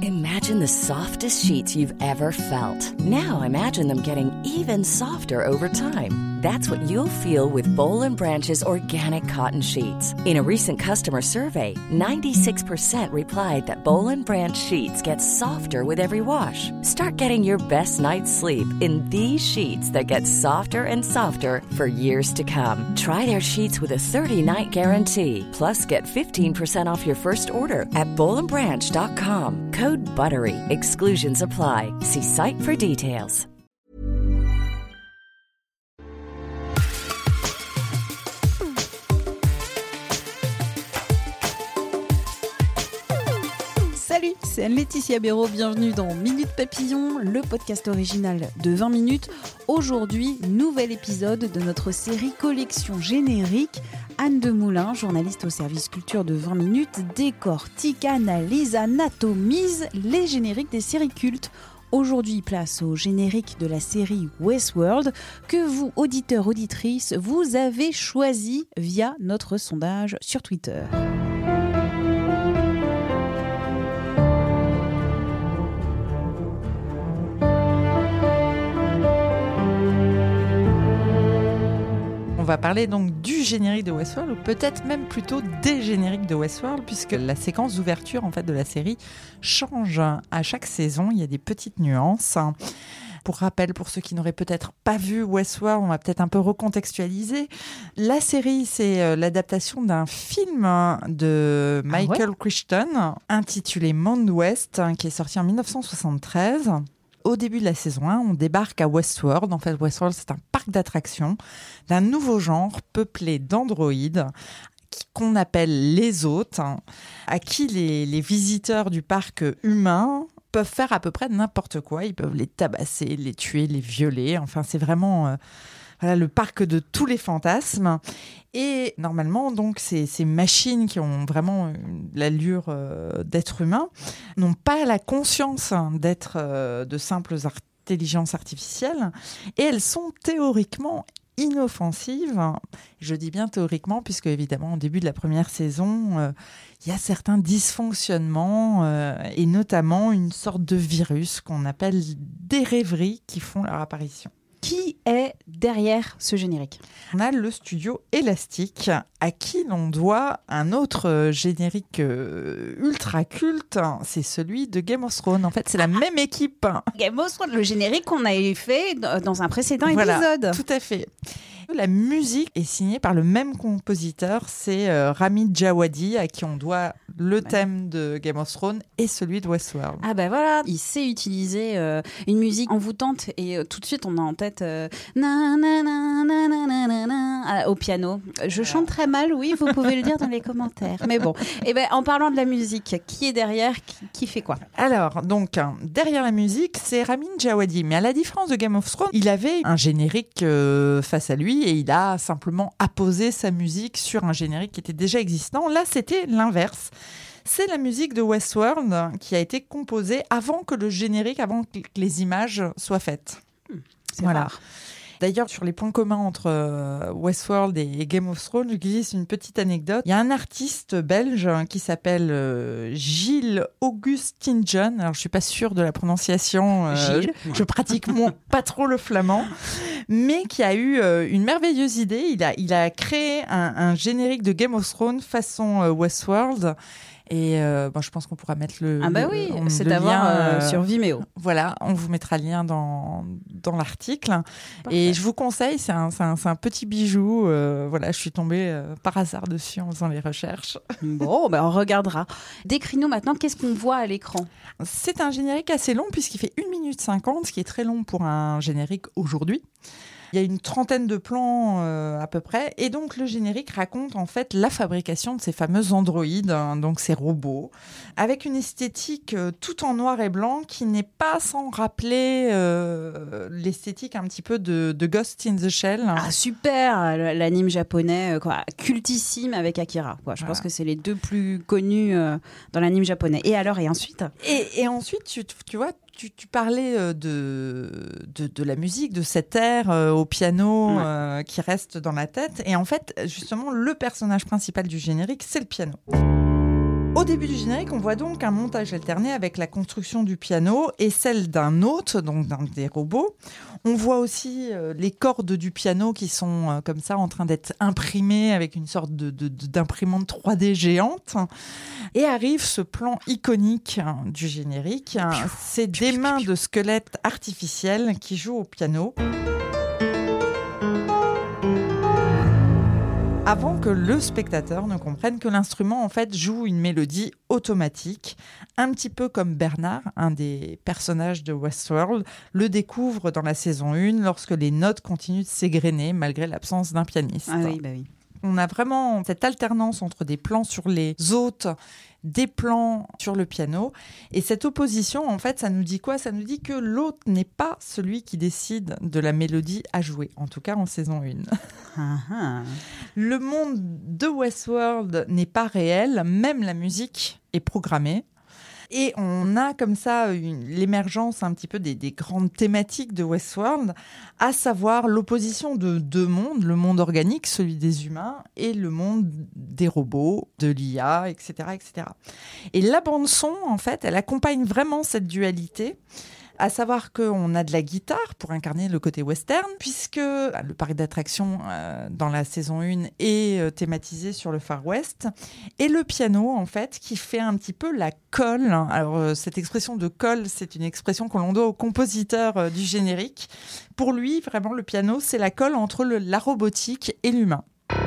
Imagine the softest sheets you've ever felt. Now imagine them getting even softer over time. That's what you'll feel with Boll & Branch's organic cotton sheets. In a recent customer survey, 96% replied that Boll & Branch sheets get softer with every wash. Start getting your best night's sleep in these sheets that get softer and softer for years to come. Try their sheets with a 30-night guarantee. Plus, get 15% off your first order at bollandbranch.com. Code BUTTERY. Exclusions apply. See site for details. Salut, c'est Anne-Laetitia Béraud, bienvenue dans Minute Papillon, le podcast original de 20 minutes. Aujourd'hui, nouvel épisode de notre série Collection Générique. Anne Demoulin, journaliste au service culture de 20 minutes, décortique, analyse, anatomise les génériques des séries cultes. Aujourd'hui, place au générique de la série Westworld que vous, auditeurs, auditrices, vous avez choisi via notre sondage sur Twitter. On va parler donc du générique de Westworld, ou peut-être même plutôt des génériques de Westworld, puisque la séquence d'ouverture en fait, de la série change à chaque saison. Il y a des petites nuances. Pour rappel, pour ceux qui n'auraient peut-être pas vu Westworld, on va peut-être un peu recontextualiser. La série, c'est l'adaptation d'un film de Michael Crichton, intitulé Monde West, qui est sorti en 1973. Au début de la saison 1, on débarque à Westworld. En fait, Westworld, c'est un parc d'attractions d'un nouveau genre peuplé d'androïdes qu'on appelle les hôtes, à qui les visiteurs du parc humain peuvent faire à peu près n'importe quoi. Ils peuvent les tabasser, les tuer, les violer. Enfin, c'est vraiment le parc de tous les fantasmes. Et normalement, donc, ces machines qui ont vraiment l'allure d'être humains n'ont pas la conscience d'être de simples intelligences artificielles. Et elles sont théoriquement inoffensives. Je dis bien théoriquement, puisque évidemment, au début de la première saison, il y a certains dysfonctionnements et notamment une sorte de virus qu'on appelle des rêveries qui font leur apparition. Qui est derrière ce générique ? On a le studio Elastic, à qui l'on doit un autre générique ultra culte, c'est celui de Game of Thrones. En fait, c'est la même équipe. Game of Thrones, le générique qu'on avait fait dans un précédent épisode. Tout à fait. La musique est signée par le même compositeur, c'est Ramin Djawadi, à qui on doit le thème de Game of Thrones et celui de Westworld. Ah ben voilà, il sait utiliser une musique envoûtante et tout de suite on a en tête au piano. Je chante très mal, oui, vous pouvez le dire dans les commentaires. Mais bon, et ben en parlant de la musique, qui est derrière, qui fait quoi ? Alors, donc, derrière la musique, c'est Ramin Djawadi. Mais à la différence de Game of Thrones, il avait un générique face à lui et il a simplement apposé sa musique sur un générique qui était déjà existant. Là, c'était l'inverse. C'est la musique de Westworld qui a été composée avant que le générique, avant que les images soient faites. C'est rare. D'ailleurs, sur les points communs entre Westworld et Game of Thrones, je glisse une petite anecdote. Il y a un artiste belge qui s'appelle Gilles Augustingen. Alors, je suis pas sûre de la prononciation. Je pratique pas trop le flamand, mais qui a eu une merveilleuse idée. Il a créé un générique de Game of Thrones façon Westworld. Et je pense qu'on pourra mettre le c'est le à voir lien sur Vimeo. Voilà, on vous mettra le lien dans l'article. Parfait. Et je vous conseille, c'est un petit bijou. Je suis tombée par hasard dessus en faisant les recherches. Bon, on regardera. Décris-nous maintenant, qu'est-ce qu'on voit à l'écran ? C'est un générique assez long puisqu'il fait 1 minute 50, ce qui est très long pour un générique aujourd'hui. Il y a une trentaine de plans à peu près. Et donc, le générique raconte en fait la fabrication de ces fameux androïdes, donc ces robots, avec une esthétique tout en noir et blanc qui n'est pas sans rappeler l'esthétique un petit peu de Ghost in the Shell. Ah, super, l'anime japonais, cultissime avec Akira. Je pense que c'est les deux plus connus dans l'anime japonais. Et alors, et ensuite ? Et ensuite, tu vois, tu parlais de la musique, de cet air au piano qui reste dans la tête. Et en fait, justement, le personnage principal du générique, c'est le piano. Au début du générique, on voit donc un montage alterné avec la construction du piano et celle d'un hôte, donc d'un des robots. On voit aussi les cordes du piano qui sont comme ça en train d'être imprimées avec une sorte d'imprimante 3D géante. Et arrive ce plan iconique du générique. C'est des mains de squelettes artificiels qui jouent au piano. Avant que le spectateur ne comprenne que l'instrument en fait joue une mélodie automatique, un petit peu comme Bernard, un des personnages de Westworld, le découvre dans la saison 1 lorsque les notes continuent de s'égrener malgré l'absence d'un pianiste. Ah oui, bah oui. On a vraiment cette alternance entre des plans sur les hôtes, des plans sur le piano. Et cette opposition, en fait, ça nous dit quoi ? Ça nous dit que l'hôte n'est pas celui qui décide de la mélodie à jouer, en tout cas en saison 1. Le monde de Westworld n'est pas réel, même la musique est programmée. Et on a comme ça l'émergence un petit peu des grandes thématiques de Westworld, à savoir l'opposition de deux mondes, le monde organique, celui des humains, et le monde des robots, de l'IA, etc., etc. Et la bande-son, en fait, elle accompagne vraiment cette dualité, à savoir qu'on a de la guitare pour incarner le côté western, puisque le parc d'attractions dans la saison 1 est thématisé sur le Far West, et le piano, en fait, qui fait un petit peu la colle. Alors, cette expression de colle, c'est une expression que l'on doit au compositeur du générique. Pour lui, vraiment, le piano, c'est la colle entre la robotique et l'humain.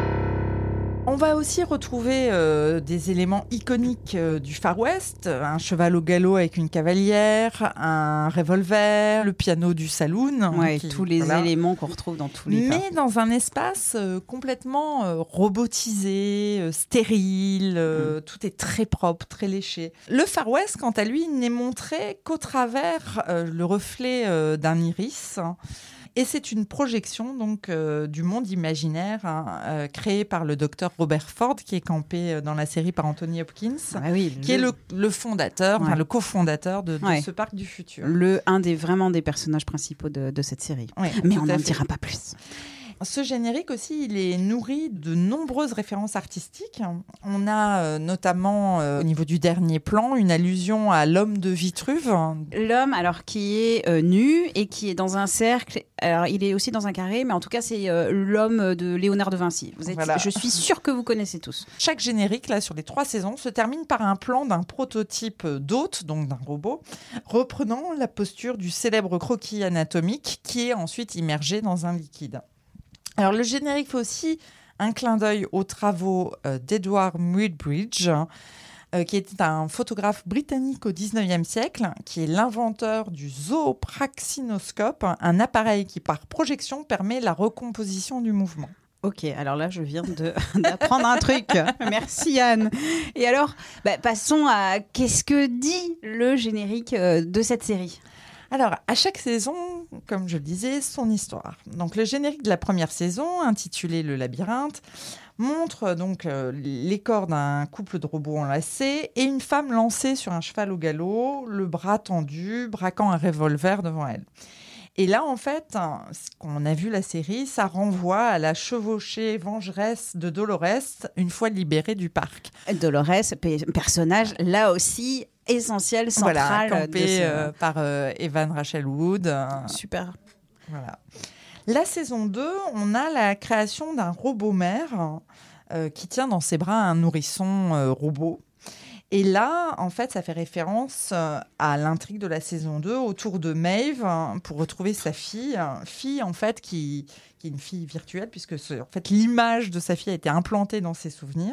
On va aussi retrouver des éléments iconiques du Far West, un cheval au galop avec une cavalière, un revolver, le piano du saloon. Ouais, tous les éléments qu'on retrouve dans tous les Mais parcs. dans un espace complètement robotisé, stérile, tout est très propre, très léché. Le Far West, quant à lui, n'est montré qu'au travers le reflet d'un iris. Et c'est une projection donc du monde imaginaire créé par le docteur Robert Ford, qui est campé dans la série par Anthony Hopkins, qui est le fondateur, le cofondateur de ce parc du futur. Un des personnages principaux de cette série. Ouais, mais on n'en dira pas plus. Ce générique aussi, il est nourri de nombreuses références artistiques. On a notamment, au niveau du dernier plan, une allusion à l'homme de Vitruve. L'homme, alors, qui est nu et qui est dans un cercle. Alors, il est aussi dans un carré, mais en tout cas, c'est l'homme de Léonard de Vinci. Je suis sûre que vous connaissez tous. Chaque générique, là, sur les 3 saisons, se termine par un plan d'un prototype d'hôte, donc d'un robot, reprenant la posture du célèbre croquis anatomique qui est ensuite immergé dans un liquide. Alors, le générique fait aussi un clin d'œil aux travaux d'Edward Muybridge, qui était un photographe britannique au 19e siècle, qui est l'inventeur du zoopraxinoscope, un appareil qui, par projection, permet la recomposition du mouvement. Ok, alors là, je viens d'apprendre un truc. Merci Anne. Et alors, passons à qu'est-ce que dit le générique de cette série ? Alors, à chaque saison, comme je le disais, son histoire. Donc, le générique de la première saison, intitulé « Le labyrinthe », montre donc les corps d'un couple de robots enlacés et une femme lancée sur un cheval au galop, le bras tendu, braquant un revolver devant elle. Et là, en fait, quand on a vu la série, ça renvoie à la chevauchée vengeresse de Dolores, une fois libérée du parc. Dolores, personnage, là aussi, essentiel, central. Voilà, campé par Evan Rachel Wood. Super. Voilà. La saison 2, on a la création d'un robot-mère qui tient dans ses bras un nourrisson robot. Et là, en fait, ça fait référence à l'intrigue de la saison 2 autour de Maeve pour retrouver sa fille en fait, qui est une fille virtuelle, puisque en fait, l'image de sa fille a été implantée dans ses souvenirs.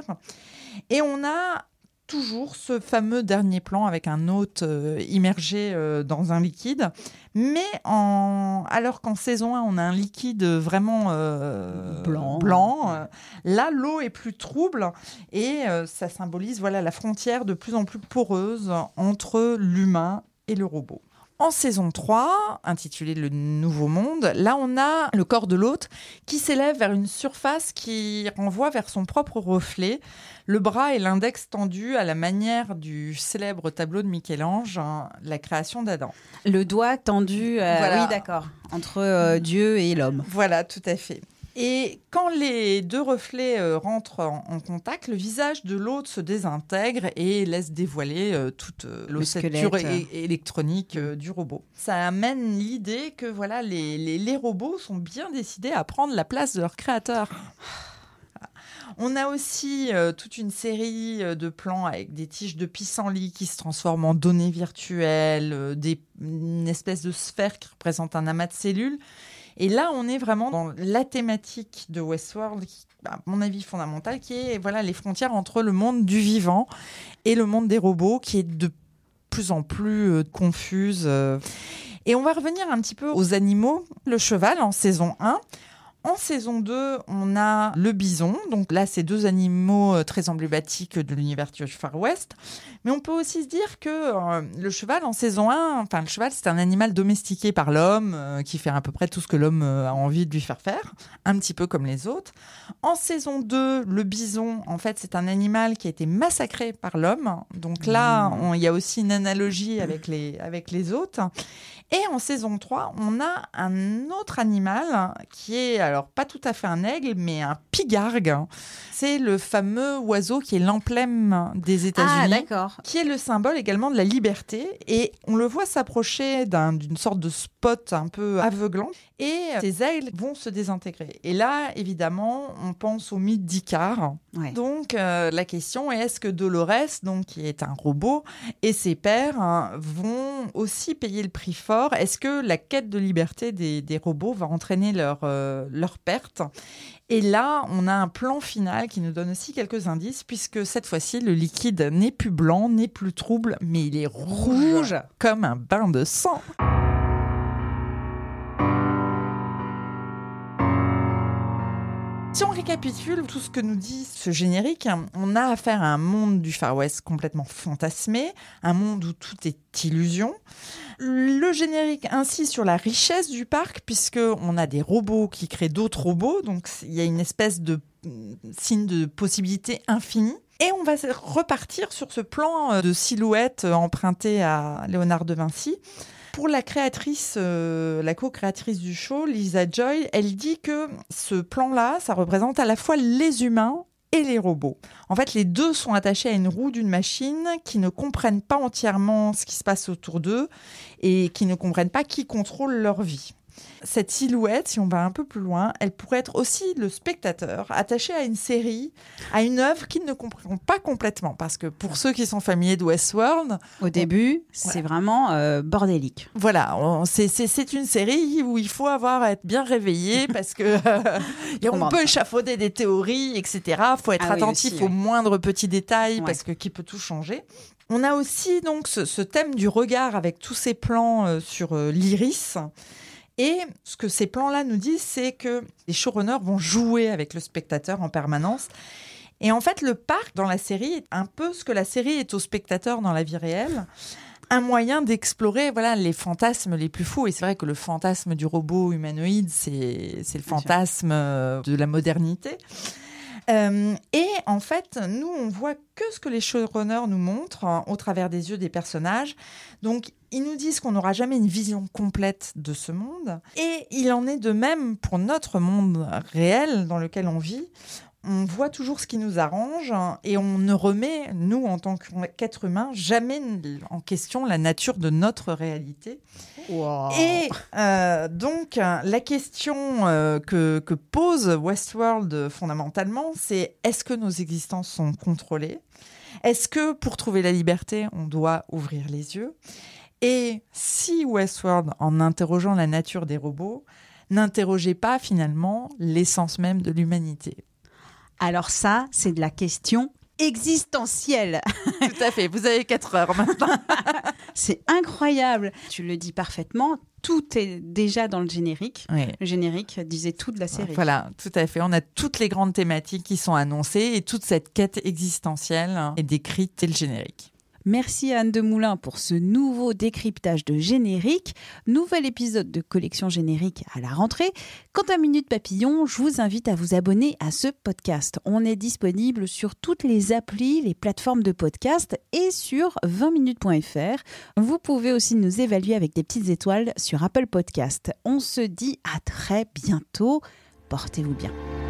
Et on a toujours ce fameux dernier plan avec un hôte immergé dans un liquide. Mais alors qu'en saison 1, on a un liquide vraiment blanc, là, l'eau est plus trouble et ça symbolise la frontière de plus en plus poreuse entre l'humain et le robot. En saison 3, intitulée « Le Nouveau Monde », là, on a le corps de l'hôte qui s'élève vers une surface qui renvoie vers son propre reflet, le bras et l'index tendus à la manière du célèbre tableau de Michel-Ange, La création d'Adam. Le doigt tendu, oui, d'accord, entre Dieu et l'homme. Voilà, tout à fait. Et quand les deux reflets rentrent en contact, le visage de l'autre se désintègre et laisse dévoiler toute l'ossature électronique du robot. Ça amène l'idée que voilà, les robots sont bien décidés à prendre la place de leur créateur. On a aussi toute une série de plans avec des tiges de pissenlit qui se transforment en données virtuelles, une espèce de sphère qui représente un amas de cellules. Et là, on est vraiment dans la thématique de Westworld, qui, à mon avis, fondamentale, qui est voilà, les frontières entre le monde du vivant et le monde des robots, qui est de plus en plus confuse. Et on va revenir un petit peu aux animaux. Le cheval, en saison 1. En saison 2, on a le bison. Donc là, c'est deux animaux très emblématiques de l'univers du Far West. Mais on peut aussi se dire que le cheval, en saison 1, le cheval, c'est un animal domestiqué par l'homme qui fait à peu près tout ce que l'homme a envie de lui faire faire, un petit peu comme les autres. En saison 2, le bison, en fait, c'est un animal qui a été massacré par l'homme. Donc là, il y a aussi une analogie avec les autres. Et en saison 3, on a un autre animal qui est, alors pas tout à fait un aigle, mais un pigargue. C'est le fameux oiseau qui est l'emblème des États-Unis, qui est le symbole également de la liberté. Et on le voit s'approcher d'une sorte de spot un peu aveuglant. Et ces ailes vont se désintégrer. Et là, évidemment, on pense au mythe d'Icare. Ouais. Donc, la question est, est-ce que Dolores, donc, qui est un robot, et ses pairs vont aussi payer le prix fort? Est-ce que la quête de liberté des robots va entraîner leur perte? Et là, on a un plan final qui nous donne aussi quelques indices, puisque cette fois-ci, le liquide n'est plus blanc, n'est plus trouble, mais il est rouge comme un bain de sang. Si on récapitule tout ce que nous dit ce générique, on a affaire à un monde du Far West complètement fantasmé, un monde où tout est illusion. Le générique insiste sur la richesse du parc, puisqu'on a des robots qui créent d'autres robots, donc il y a une espèce de signe de possibilité infinie. Et on va repartir sur ce plan de silhouette emprunté à Léonard de Vinci. Pour la créatrice, la co-créatrice du show, Lisa Joy, elle dit que ce plan-là, ça représente à la fois les humains et les robots. En fait, les deux sont attachés à une roue d'une machine qui ne comprennent pas entièrement ce qui se passe autour d'eux et qui ne comprennent pas qui contrôle leur vie. Cette silhouette, si on va un peu plus loin, elle pourrait être aussi le spectateur attaché à une série, à une œuvre qu'il ne comprend pas complètement. Parce que pour ceux qui sont familiers de Westworld... Au début, c'est vraiment bordélique. Voilà, c'est une série où il faut être bien réveillé parce que on peut échafauder des théories, etc. Il faut être attentif aux moindres petits détails parce que qui peut tout changer. On a aussi donc ce thème du regard avec tous ces plans sur l'iris. Et ce que ces plans-là nous disent, c'est que les showrunners vont jouer avec le spectateur en permanence. Et en fait, le parc dans la série est un peu ce que la série est au spectateur dans la vie réelle. Un moyen d'explorer les fantasmes les plus fous. Et c'est vrai que le fantasme du robot humanoïde, c'est le fantasme de la modernité. Et en fait, nous, on voit que ce que les showrunners nous montrent au travers des yeux des personnages. Donc, ils nous disent qu'on n'aura jamais une vision complète de ce monde. Et il en est de même pour notre monde réel dans lequel on vit. On voit toujours ce qui nous arrange et on ne remet, nous, en tant qu'êtres humains, jamais en question la nature de notre réalité. Wow. Et donc, la question que pose Westworld fondamentalement, c'est est-ce que nos existences sont contrôlées ? Est-ce que pour trouver la liberté, on doit ouvrir les yeux ? Et si Westworld, en interrogeant la nature des robots, n'interrogeait pas finalement l'essence même de l'humanité ? Alors ça, c'est de la question existentielle. Tout à fait, vous avez 4 heures maintenant. C'est incroyable. Tu le dis parfaitement, tout est déjà dans le générique. Oui. Le générique disait tout de la série. Voilà, tout à fait. On a toutes les grandes thématiques qui sont annoncées et toute cette quête existentielle est décrite dès le générique. Merci à Anne Demoulin pour ce nouveau décryptage de générique. Nouvel épisode de Collection Générique à la rentrée. Quant à Minute Papillon, je vous invite à vous abonner à ce podcast. On est disponible sur toutes les applis, les plateformes de podcast et sur 20minutes.fr. Vous pouvez aussi nous évaluer avec des petites étoiles sur Apple Podcast. On se dit à très bientôt. portez-vous bien.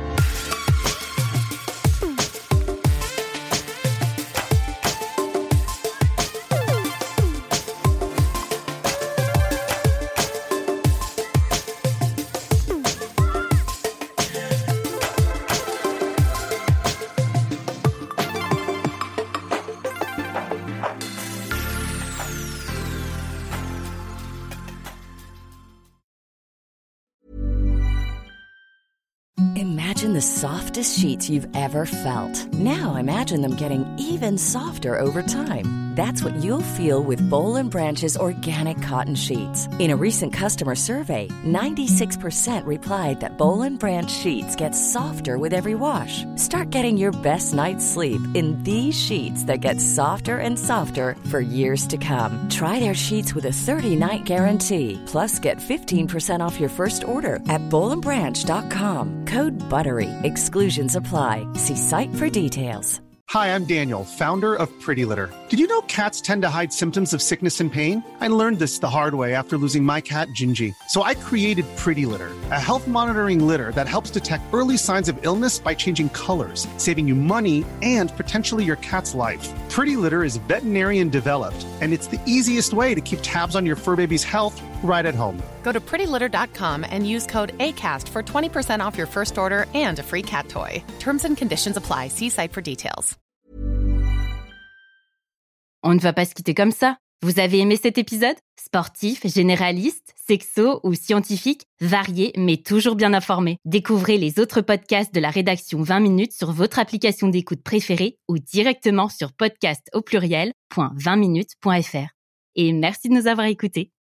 Imagine the softest sheets you've ever felt. Now imagine them getting even softer over time. That's what you'll feel with Boll & Branch's organic cotton sheets. In a recent customer survey, 96% replied that Boll & Branch sheets get softer with every wash. Start getting your best night's sleep in these sheets that get softer and softer for years to come. Try their sheets with a 30-night guarantee. Plus, get 15% off your first order at bollandbranch.com. Code BUTTERY. Exclusions apply. See site for details. Hi, I'm Daniel, founder of Pretty Litter. Did you know cats tend to hide symptoms of sickness and pain? I learned this the hard way after losing my cat, Gingy. So I created Pretty Litter, a health monitoring litter that helps detect early signs of illness by changing colors, saving you money and potentially your cat's life. Pretty Litter is veterinarian developed, and it's the easiest way to keep tabs on your fur baby's health right at home. Go to prettylitter.com and use code ACAST for 20% off your first order and a free cat toy. Terms and conditions apply. See site for details. On ne va pas se quitter comme ça. Vous avez aimé cet épisode ? Sportif, généraliste, sexo ou scientifique, varié mais toujours bien informé. Découvrez les autres podcasts de la rédaction 20 minutes sur votre application d'écoute préférée ou directement sur podcast@20minutes.fr. Et merci de nous avoir écoutés.